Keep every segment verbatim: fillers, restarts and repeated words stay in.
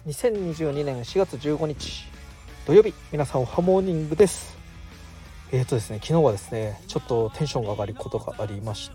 にせんにじゅうにねんしがつじゅうごにち土曜日、皆さんおはモーニングです。えーとですね昨日はですねちょっとテンションが上がることがありまして、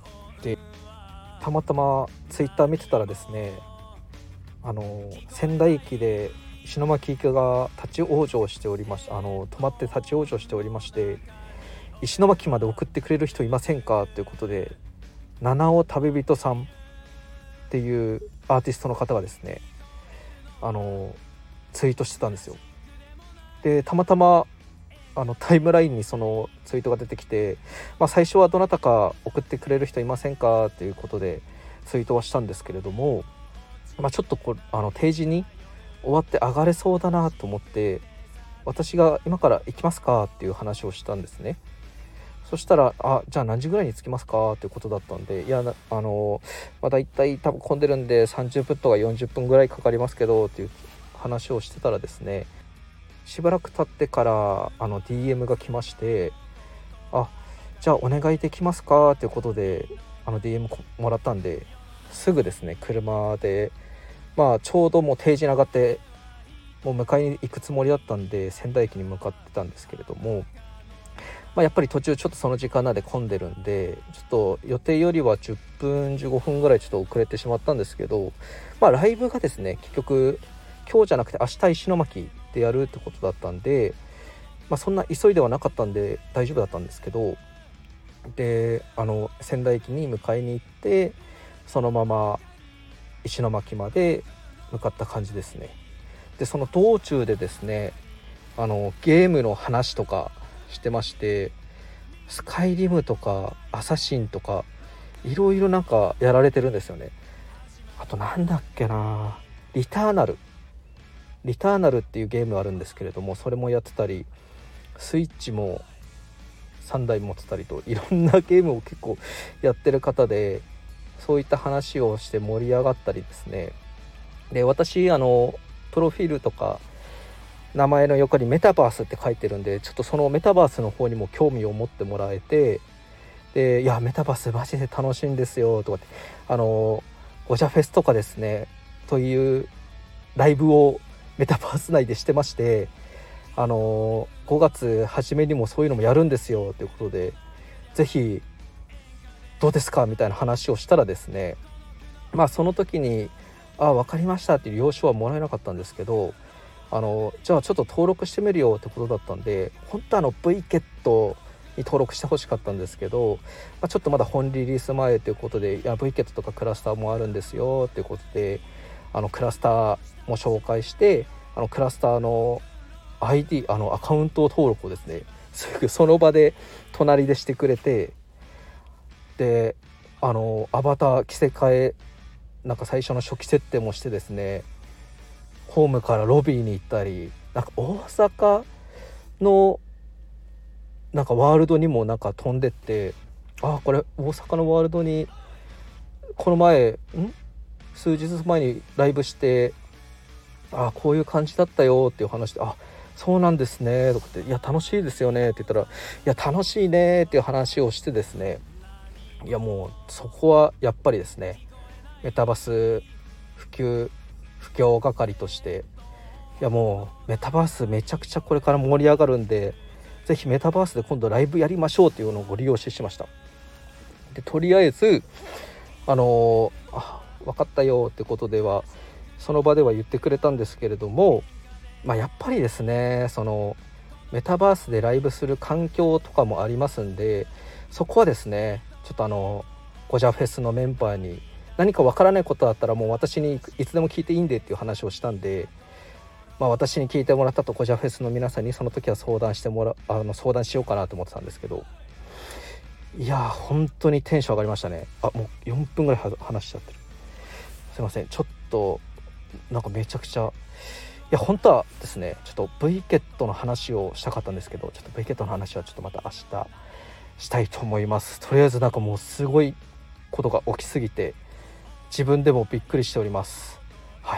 たまたまツイッター見てたらですねあの仙台駅で石巻行きが立ち往生しておりましたあの止まって立ち往生しておりまして、石巻まで送ってくれる人いませんかということで、七尾旅人さんっていうアーティストの方がですねあのツイートしてたんですよ。でたまたまあのタイムラインにそのツイートが出てきて、まあ、最初はどなたか送ってくれる人いませんかということでツイートはしたんですけれども、まあ、ちょっとこうあの定時に終わって上がれそうだなと思って、私が今から行きますかっていう話をしたんですね。そしたらあじゃあ何時ぐらいに着きますかということだったんで、いやあの、まあ、だいたい多分混んでるんでさんじゅっぷんとかよんじゅっぷんぐらいかかりますけどっていう話をしてたらですね、しばらく経ってからあの ディーエム が来まして、あじゃあお願いできますかということであの ディーエム もらったんで、すぐですね車で、まあちょうどもう定時に上がってもう迎えに行くつもりだったんで仙台駅に向かってたんですけれども、まあ、やっぱり途中ちょっとその時間なんで混んでるんで、ちょっと予定よりはじゅっぷんじゅうごふんぐらいちょっと遅れてしまったんですけど、まあライブがですね結局今日じゃなくて明日石巻でやるってことだったんで、まあ、そんな急いではなかったんで大丈夫だったんですけど、であの仙台駅に迎えに行ってそのまま石巻まで向かった感じですね。でその道中でですねあのゲームの話とかしてまして、スカイリムとかアサシンとかいろいろなんかやられてるんですよね。あとなんだっけなリターナルリターナルっていうゲームあるんですけれども、それもやってたり、スイッチもさんだい持ってたりといろんなゲームを結構やってる方で、そういった話をして盛り上がったりですね。で私あのプロフィールとか名前の横にメタバースって書いてるんで、ちょっとそのメタバースの方にも興味を持ってもらえて、でいやメタバースマジで楽しいんですよとかって、あのゴジャフェスとかですねというライブをメタバース内でしてまして、あのごがつ初めにもそういうのもやるんですよということで、ぜひどうですかみたいな話をしたらですね、まあその時にあ分かりましたっていう了承はもらえなかったんですけど、あのじゃあちょっと登録してみるよってことだったんで、本当はあの ブイケット に登録してほしかったんですけど、まあ、ちょっとまだ本リリース前ということで、いや ブイケット とかクラスターもあるんですよっていうことで、あのクラスターも紹介して、あのクラスターの アイディー あのアカウント登録をですねすぐその場で隣でしてくれて、であのアバター着せ替えなんか最初の初期設定もしてですね、ホームからロビーに行ったり、なんか大阪のなんかワールドにもなんか飛んでって、あこれ大阪のワールドにこの前ん数日前にライブして、あこういう感じだったよっていう話で、あそうなんですねとかって、いや楽しいですよねって言ったら、いや楽しいねっていう話をしてですね、いやもうそこはやっぱりですねメタバス普及布教係として、いやもうメタバースめちゃくちゃこれから盛り上がるんで、ぜひメタバースで今度ライブやりましょうっていうのをご利用ししました。でとりあえずあのあ分かったよってことではその場では言ってくれたんですけれども、まあ、やっぱりですねそのメタバースでライブする環境とかもありますんで、そこはですねちょっとあのゴジャフェスのメンバーに何かわからないことあったらもう私にいつでも聞いていいんでっていう話をしたんで、まあ、私に聞いてもらったとゴジャフェスの皆さんにその時は相談してもらあの相談しようかなと思ってたんですけど、いや本当にテンション上がりましたね。あもうよんぷんぐらい話しちゃってる、すいません。ちょっとなんかめちゃくちゃ、いや本当はですねちょっと ブイケット の話をしたかったんですけど、ちょっと ブイケット の話はちょっとまた明日したいと思います。とりあえずなんかもうすごいことが起きすぎて自分でもびっくりしております。はい、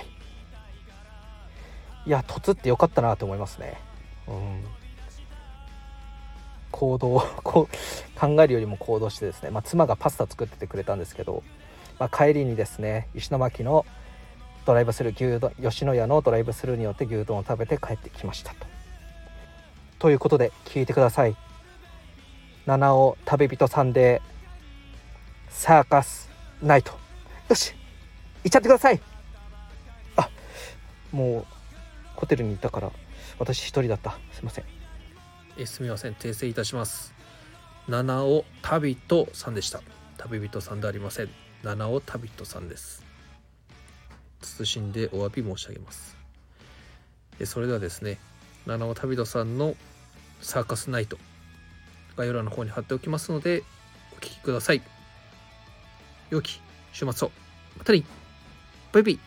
いや突ってよかったなと思いますね。うん行動こう考えるよりも行動してですね、まあ、妻がパスタ作っててくれたんですけど、まあ、帰りにですね石巻のドライブスルー牛丼吉野家のドライブスルーによって牛丼を食べて帰ってきましたと。ということで聞いてください。七尾旅人さんでサーカスナイト。よし行っちゃってください。あ、もうホテルにいたから私一人だった。すいません。えすみません、訂正いたします。七尾旅人さんでした。旅人さんでありません。七尾旅人さんです。謹んでお詫び申し上げます。えそれではですね、七尾旅人さんのサーカスナイト概要欄の方に貼っておきますのでお聞きください。良き週末を。またね。バイビー。